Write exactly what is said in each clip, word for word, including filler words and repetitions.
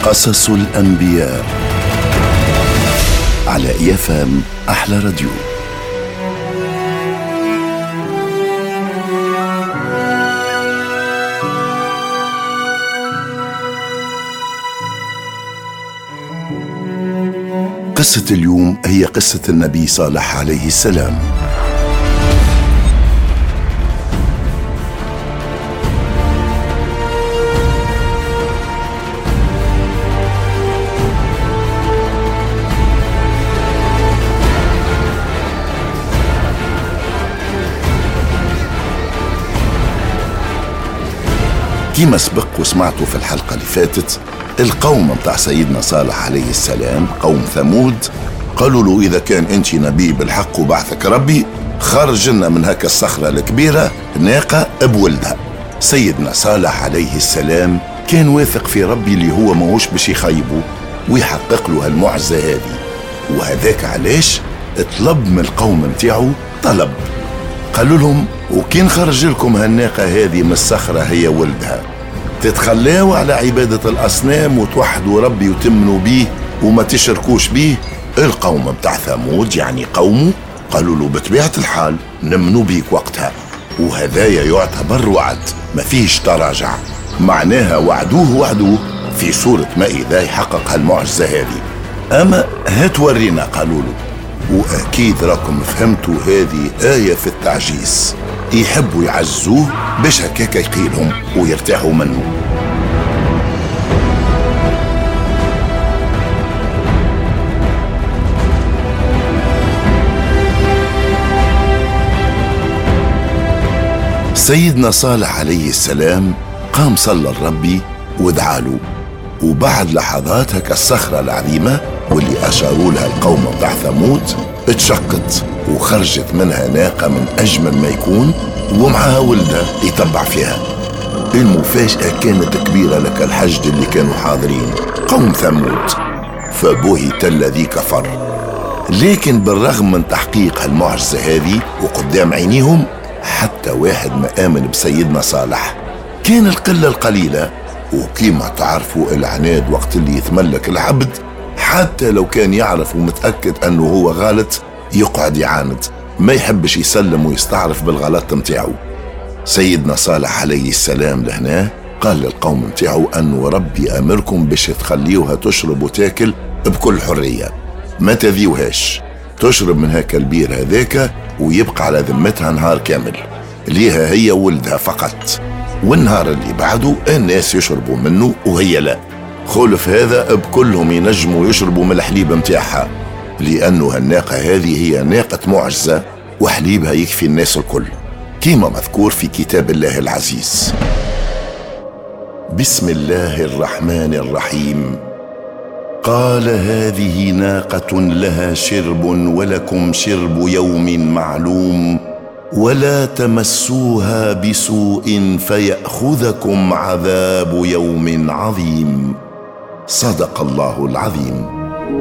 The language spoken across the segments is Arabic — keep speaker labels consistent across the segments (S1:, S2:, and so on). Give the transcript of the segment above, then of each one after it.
S1: قصص الأنبياء على إي إف إم أحلى راديو. قصة اليوم هي قصة النبي صالح عليه السلام. كما سبق وسمعتوا في الحلقة اللي فاتت، القوم متاع سيدنا صالح عليه السلام قوم ثمود قالوا له إذا كان أنت نبي بالحق وبعثك ربي خرج لنا من هكا الصخرة الكبيرة ناقة بولدها. سيدنا صالح عليه السلام كان واثق في ربي اللي هو ماهوش باش يخيبه ويحقق له هالمعجزة هذه، وهذاك علاش طلب من القوم متاعه طلب، قالوا لهم وكين خرج لكم هالناقة هذه من الصخرة هي ولدها تتخلاوا على عبادة الأصنام وتوحدوا ربي وتمنوا به وما تشركوش به. القوم بتاع ثمود يعني قومه قالوا له بطبيعة الحال نمنوا بيك وقتها، وهذايا يعتبر وعد ما فيش تراجع، معناها وعدوه وعدوه في صورة ما إذا يحقق هالمعجزة هذه. أما هتورينا قالوا له، وأكيد راكم فهمتوا هذه آية في التعجيز، يحبوا يعزوه باش هكاك يقيلهم ويرتاحوا منه. سيدنا صالح عليه السلام قام صلى لربي ودعا له، وبعد لحظات هكا الصخرة العظيمة واللي أشاروا لها القوم بتاع ثمود اتشقت وخرجت منها ناقة من أجمل ما يكون ومعها ولدها يتبع فيها. المفاجأة كانت كبيرة لك الحشد اللي كانوا حاضرين قوم ثمود، فبهت الذي كفر. لكن بالرغم من تحقيق هالمعجزة هذه وقدام عينيهم حتى واحد ما آمن بسيدنا صالح. كان القلة القليلة، وكيما تعرفوا العناد وقت اللي يتملك العبد حتى لو كان يعرف ومتأكد أنه هو غلط يقعد يعاند، ما يحبش يسلم ويستعرف بالغلط متاعه. سيدنا صالح عليه السلام لهنا قال للقوم متاعه أنه ربي أمركم باش تخليوها تشرب وتاكل بكل حرية، ما تذيوهاش تشرب من هكا البير هذاك ويبقى على ذمتها نهار كامل ليها هي ولدها فقط، والنهار اللي بعده الناس يشربوا منه وهي لا. خلف هذا بكلهم ينجموا يشربوا من الحليب متاعها، لأنه هالناقة هذه هي ناقة معجزة وحليبها يكفي الناس الكل كما مذكور في كتاب الله العزيز. بسم الله الرحمن الرحيم. قال هذه ناقة لها شرب ولكم شرب يوم معلوم ولا تمسوها بسوء فيأخذكم عذاب يوم عظيم. صدق الله العظيم.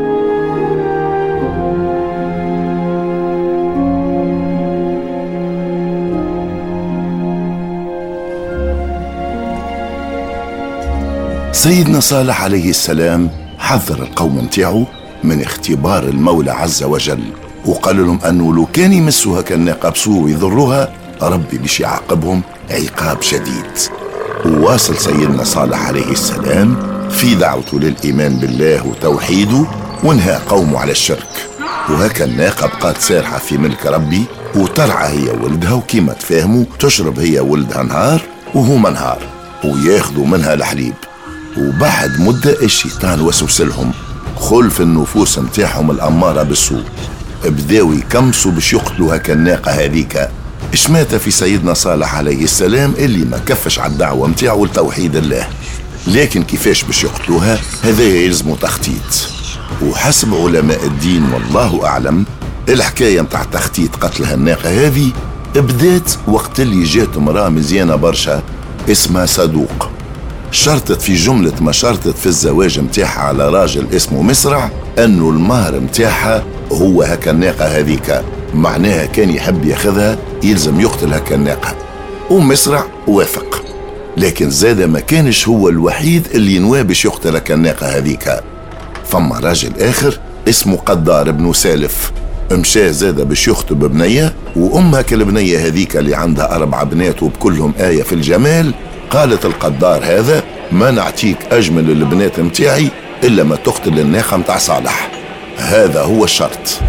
S1: سيدنا صالح عليه السلام حذر القوم متاعه من اختبار المولى عز وجل، وقال لهم أنه لو كان يمسوا هكا الناقة بسوء ويضروها ربي باش يعاقبهم عقاب شديد. وواصل سيدنا صالح عليه السلام في دعوته للإيمان بالله وتوحيده ونهى قومه على الشرك. وهكا الناقة بقات سارحة في ملك ربي وترعى هي ولدها، وكيما تفاهموا تشرب هي ولدها نهار وهما نهار وياخذوا منها الحليب. وبعد مدة الشيطان وسوس لهم خلف النفوس متاعهم الأمارة بالسوء، بداوا يكمسوا باش يقتلوا هكا الناقة هذيك. اشمات في سيدنا صالح عليه السلام اللي ما كفش على الدعوة متاعه لتوحيد الله، لكن كيفاش باش يقتلوها هذا يلزموا تخطيط. وحسب علماء الدين والله أعلم الحكاية متاع تخطيط قتل هالناقة هذه بدات وقت اللي جات امرأة مزيانة برشا اسمها صدوق، شرطت في جملة ما شرطت في الزواج متاعها على راجل اسمه مسرع أنه المهر متاعها هو هكا الناقة هذيك، معناها كان يحب ياخذها يلزم يقتل هكا الناقة، ومسرع وافق. لكن زاد ما كانش هو الوحيد اللي نوى باش يقتل الناقة هذيك. فما راجل آخر اسمه قدار بن سالف، مشى زاد باش يخطب بنية، وأمها كالبنية هذيك اللي عندها أربع بنات وبكلهم آية في الجمال، قالت القدار هذا ما نعطيك أجمل البنات متاعي إلا ما تقتل الناقة متاع صالح، هذا هو الشرط.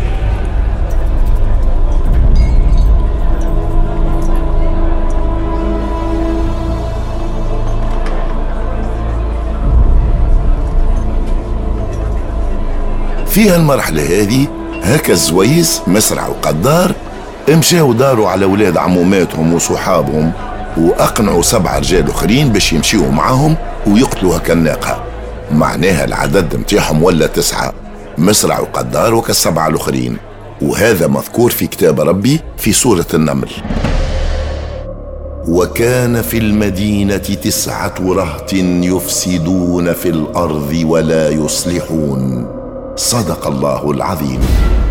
S1: في هالمرحلة هذه هكا الزويس مسرع وقدار مشاو داروا على ولاد عموماتهم وصحابهم، واقنعوا سبعة رجال اخرين باش يمشيوا معاهم ويقتلوا هكا الناقة. معناها العدد متاعهم ولا تسعة، مسرع وقدار وكالسبعة الاخرين، وهذا مذكور في كتاب ربي في سورة النمل. وكان في المدينة تسعة رهط يفسدون في الأرض ولا يصلحون. صدق الله العظيم.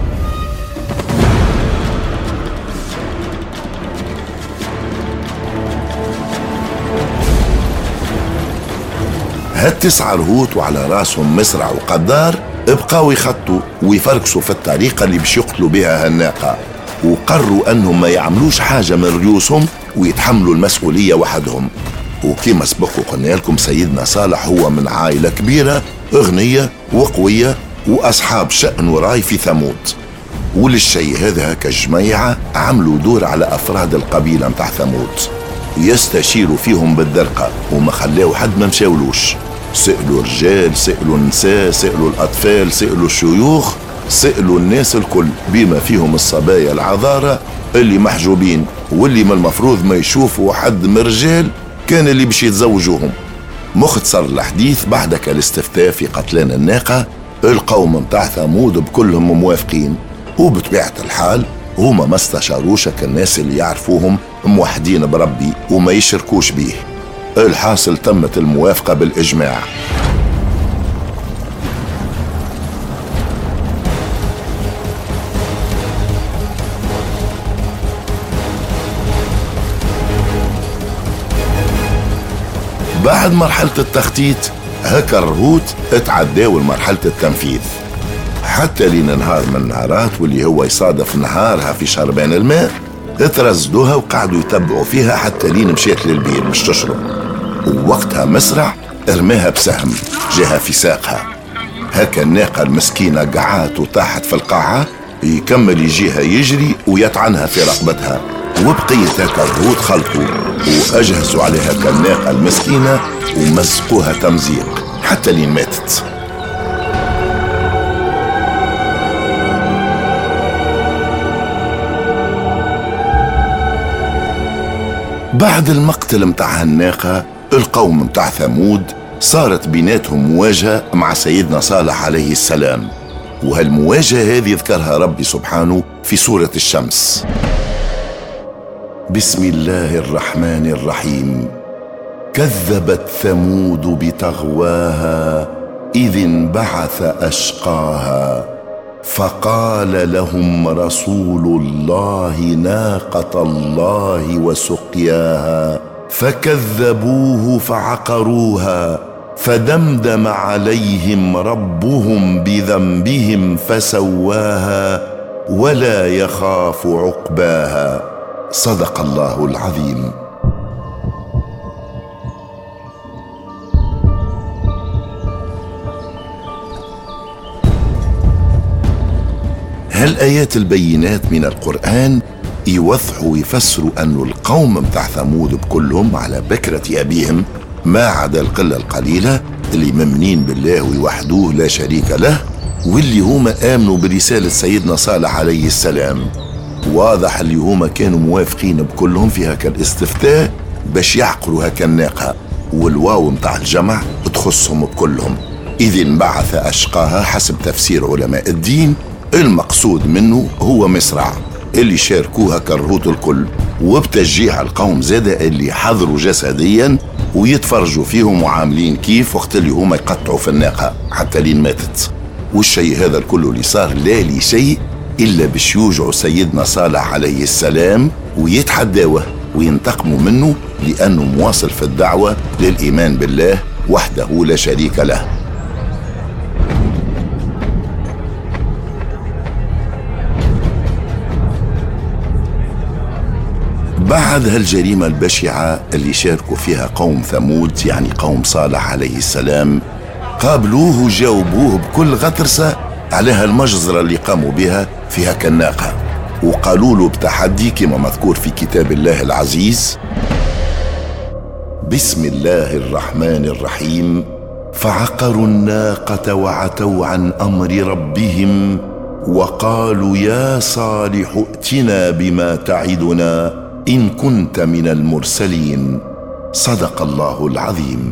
S1: هالتسعة رهوت وعلى راسهم مسرع وقدار ابقاو يخطوا ويفركسوا في الطريقة اللي باش يقتلوا بها هالناقة، وقرروا انهم ما يعملوش حاجة من ريوسهم ويتحملوا المسؤولية وحدهم. وكما سبق وقلنا لكم سيدنا صالح هو من عائلة كبيرة غنية وقوية وأصحاب شأن وراي في ثمود، وللشيء هذا كجميعة عملوا دور على أفراد القبيلة متاع ثمود يستشيروا فيهم بالدرقة، وما خلاو حد ما مشاولوش. سألوا الرجال، سألوا النساء، سألوا الأطفال، سألوا الشيوخ، سألوا الناس الكل بما فيهم الصبايا العذارى اللي محجوبين واللي من المفروض ما يشوفوا حد من الرجال كان اللي باش يتزوجوهم. مختصر الحديث بعدك الاستفتاء في قتلان الناقة، القوم متاع ثمود بكلهم موافقين، وبطبيعة الحال هما ما استشاروش الناس اللي يعرفوهم موحدين بربي وما يشركوش بيه. الحاصل تمت الموافقة بالإجماع. بعد مرحلة التخطيط هكا الرهوت اتعداوا لمرحلة التنفيذ، حتى لين نهار من النهارات واللي هو يصادف نهارها في شربان الماء اترصدوها وقعدوا يتبعوا فيها حتى لين مشيت للبير مش تشرب. ووقتها مسرع ارماها بسهم جاها في ساقها، هكا الناقة المسكينة قعات وطاحت في القاعة، يكمل يجيها يجري ويطعنها في رقبتها. وبقيت هكا الرهوت خلطوا واجهزوا على هكا الناقة المسكينة ومزقوها تمزيق حتى لين ماتت. بعد المقتل متاع الناقة القوم متاع ثمود صارت بيناتهم مواجهة مع سيدنا صالح عليه السلام، وهالمواجهة هذه ذكرها ربي سبحانه في سورة الشمس. بسم الله الرحمن الرحيم. كذبت ثمود بطغواها إذ انبعث أشقاها فقال لهم رسول الله ناقة الله وسقياها فكذبوه فعقروها فدمدم عليهم ربهم بذنبهم فسواها ولا يخاف عقباها. صدق الله العظيم. هالآيات البينات من القرآن يوضحوا ويفسروا أن القوم متاع ثمود بكلهم على بكرة أبيهم ما عدا القلة القليلة اللي ممنين بالله ويوحدوه لا شريك له، واللي هما آمنوا برسالة سيدنا صالح عليه السلام. واضح اللي هما كانوا موافقين بكلهم في هكا الاستفتاء باش يعقروا هكا الناقة، والواو متاع الجمع تخصهم بكلهم. إذ انبعث أشقاها حسب تفسير علماء الدين المقصود منه هو مسرع اللي شاركوها كالرهوت الكل، وبتشجيع القوم زادة اللي حضروا جسديا ويتفرجوا فيهم وعاملين كيف وقت اللي هما يقطعوا في الناقة حتى لين ماتت. والشيء هذا الكل اللي صار لا لشيء إلا باش يوجعوا سيدنا صالح عليه السلام ويتحداوه وينتقموا منه لأنه مواصل في الدعوة للإيمان بالله وحده لا شريك له. بعد هالجريمة البشعة اللي شاركوا فيها قوم ثمود يعني قوم صالح عليه السلام، قابلوه وجاوبوه بكل غطرسة على هالمجزرة اللي قاموا بها في هاك الناقة، وقالوا له بتحدي كما مذكور في كتاب الله العزيز: بسم الله الرحمن الرحيم، فعقروا الناقة وعتوا عن أمر ربهم وقالوا يا صالح ائتنا بما تعدنا إن كنت من المرسلين. صدق الله العظيم.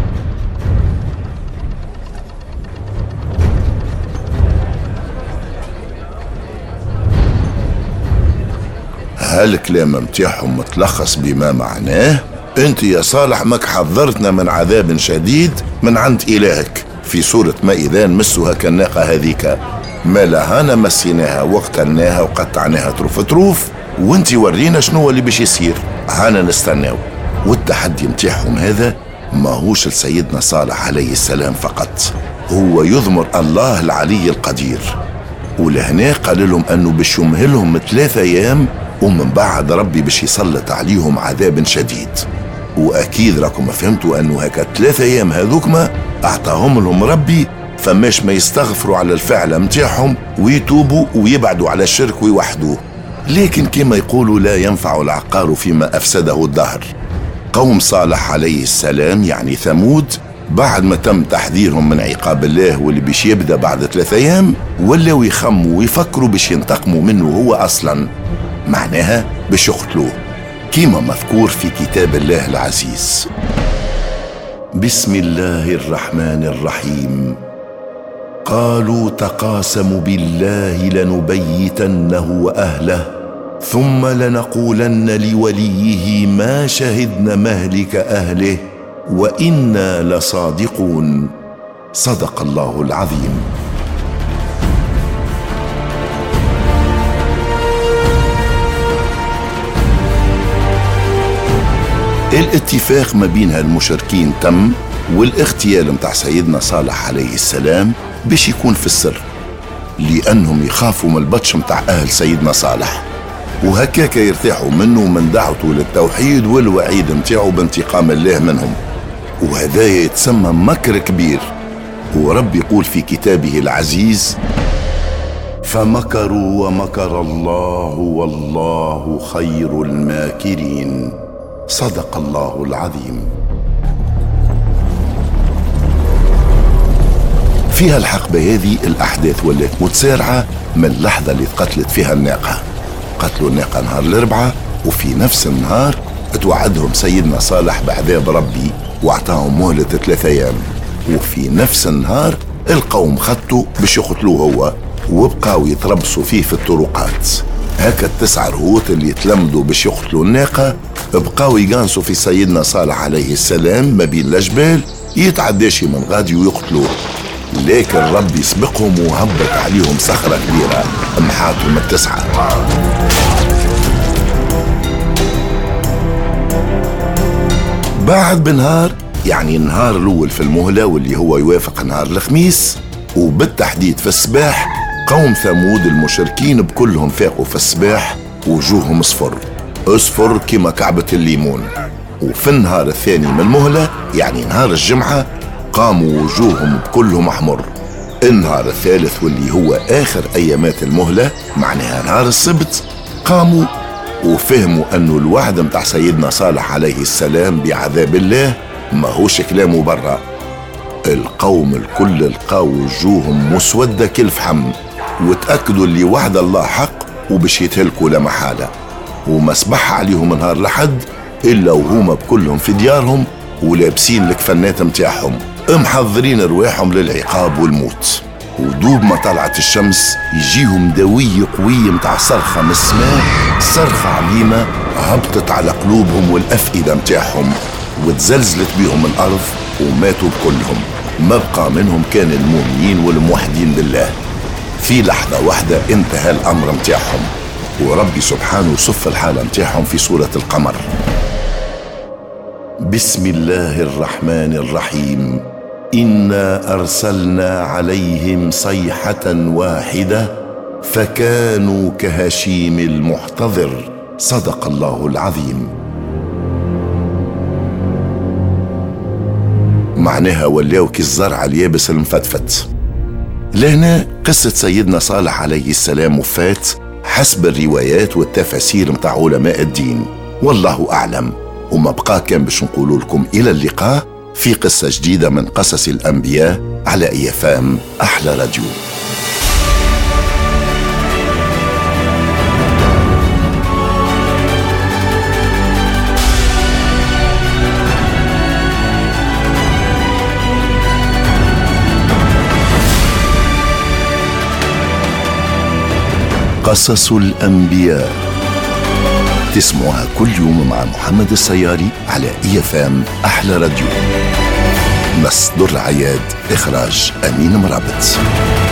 S1: هالكلام متاعهم متلخص بما معناه: انت يا صالح ماك حذرتنا من عذاب شديد من عند إلهك في سورة مائدة نمسوا هكا الناقة هذيك، ما لهانا مسيناها وقتلناها وقطعناها تروف تروف، وانت ورينا شنو اللي باش يصير، هانا نستناو. والتحدي متاعهم هذا ماهوش لسيدنا صالح عليه السلام فقط، هو يضمر الله العلي القدير. ولهنا قال لهم انه باش يمهلهم ثلاثة ايام ومن بعد ربي باش يسلط عليهم عذاب شديد. واكيد راكم فهمتوا انه هكا ثلاثة ايام هذوكما اعطاهم لهم ربي فماش ما يستغفروا على الفعل متاعهم ويتوبوا ويبعدوا على الشرك ويوحدوه. لكن كما يقولوا لا ينفع العقار فيما أفسده الدهر. قوم صالح عليه السلام يعني ثمود بعد ما تم تحذيرهم من عقاب الله واللي باش يبدأ بعد ثلاثة أيام ولاو يخموا ويفكروا باش ينتقموا منه هو أصلا، معناها باش يقتلوه كما مذكور في كتاب الله العزيز: بسم الله الرحمن الرحيم، قالوا تقاسموا بالله لنبيتنه وأهله ثم لنقولن لوليه ما شهدنا مهلك أهله وإنا لصادقون. صدق الله العظيم. الاتفاق ما بين هالمشركين تم، والاغتيال متاع سيدنا صالح عليه السلام باش يكون في السر لأنهم يخافوا من البطش متاع أهل سيدنا صالح، وهكاك يرتاحوا منه من دعوته للتوحيد والوعيد متاعه بانتقام الله منهم، وهذا يتسمى مكر كبير. ورب يقول في كتابه العزيز: فمكروا ومكر الله والله خير الماكرين. صدق الله العظيم. فيها الحقبة هذه الأحداث ولات متسارعة من اللحظة اللي تقتلت فيها الناقة. قتلوا الناقة نهار الأربعاء، وفي نفس النهار توعدهم سيدنا صالح بعذاب ربي واعطاهم مهلة ثلاثة أيام، وفي نفس النهار القوم خطوا باش يقتلوه هو وبقاو يتربصوا فيه في الطرقات. هكا التسع رهوت اللي تلمدوا باش يقتلوا الناقة بقاو يقانسوا في سيدنا صالح عليه السلام ما بين الجبال يتعداش من غادي ويقتلوه، لكن ربي سبقهم وهبط عليهم صخرة كبيرة محاتهم التسعة. بعد بنهار يعني النهار الأول في المهلة واللي هو يوافق نهار الخميس، وبالتحديد في الصباح قوم ثمود المشركين بكلهم فاقوا في الصباح وجوههم اصفر اصفر كما كعبة الليمون. وفي النهار الثاني من المهلة يعني نهار الجمعة قاموا وجوههم بكلهم احمر. النهار الثالث واللي هو آخر أيامات المهلة معناها نهار السبت قاموا وفهموا أنه الوعد متاع سيدنا صالح عليه السلام بعذاب الله ما هوش كلامه برا. القوم الكل لقاو وجوههم مسودة كالفحم وتأكدوا اللي وعد الله حق وباش يتهلكوا لا محالة، وما صبح عليهم نهار لحد إلا وهما بكلهم في ديارهم ولابسين الكفنات متاعهم محضرين رواحهم للعقاب والموت. ودوب ما طلعت الشمس يجيهم دوي قوي متاع صرخة من السماء، صرخة عظيمة هبطت على قلوبهم والأفئدة متاعهم وتزلزلت بهم الأرض وماتوا بكلهم، ما بقى منهم كان المؤمنين والموحدين بالله. في لحظة واحدة انتهى الأمر متاعهم وربي سبحانه صف الحالة متاعهم في سورة القمر. بسم الله الرحمن الرحيم. إنا أرسلنا عليهم صيحة واحدة فكانوا كهشيم المحتضر. صدق الله العظيم. معناها ولاو كالزرع اليابس المفتفت. لهنا قصة سيدنا صالح عليه السلام وفات حسب الروايات والتفاسير متاع علماء الدين، والله أعلم. وما بقى كان باش نقول لكم إلى اللقاء في قصة جديدة من قصص الأنبياء على إي إف إم أحلى راديو. قصص الأنبياء تسمعها كل يوم مع محمد السياري على إي إف إم أحلى راديو. نص در عياد، إخراج أمين مرابط.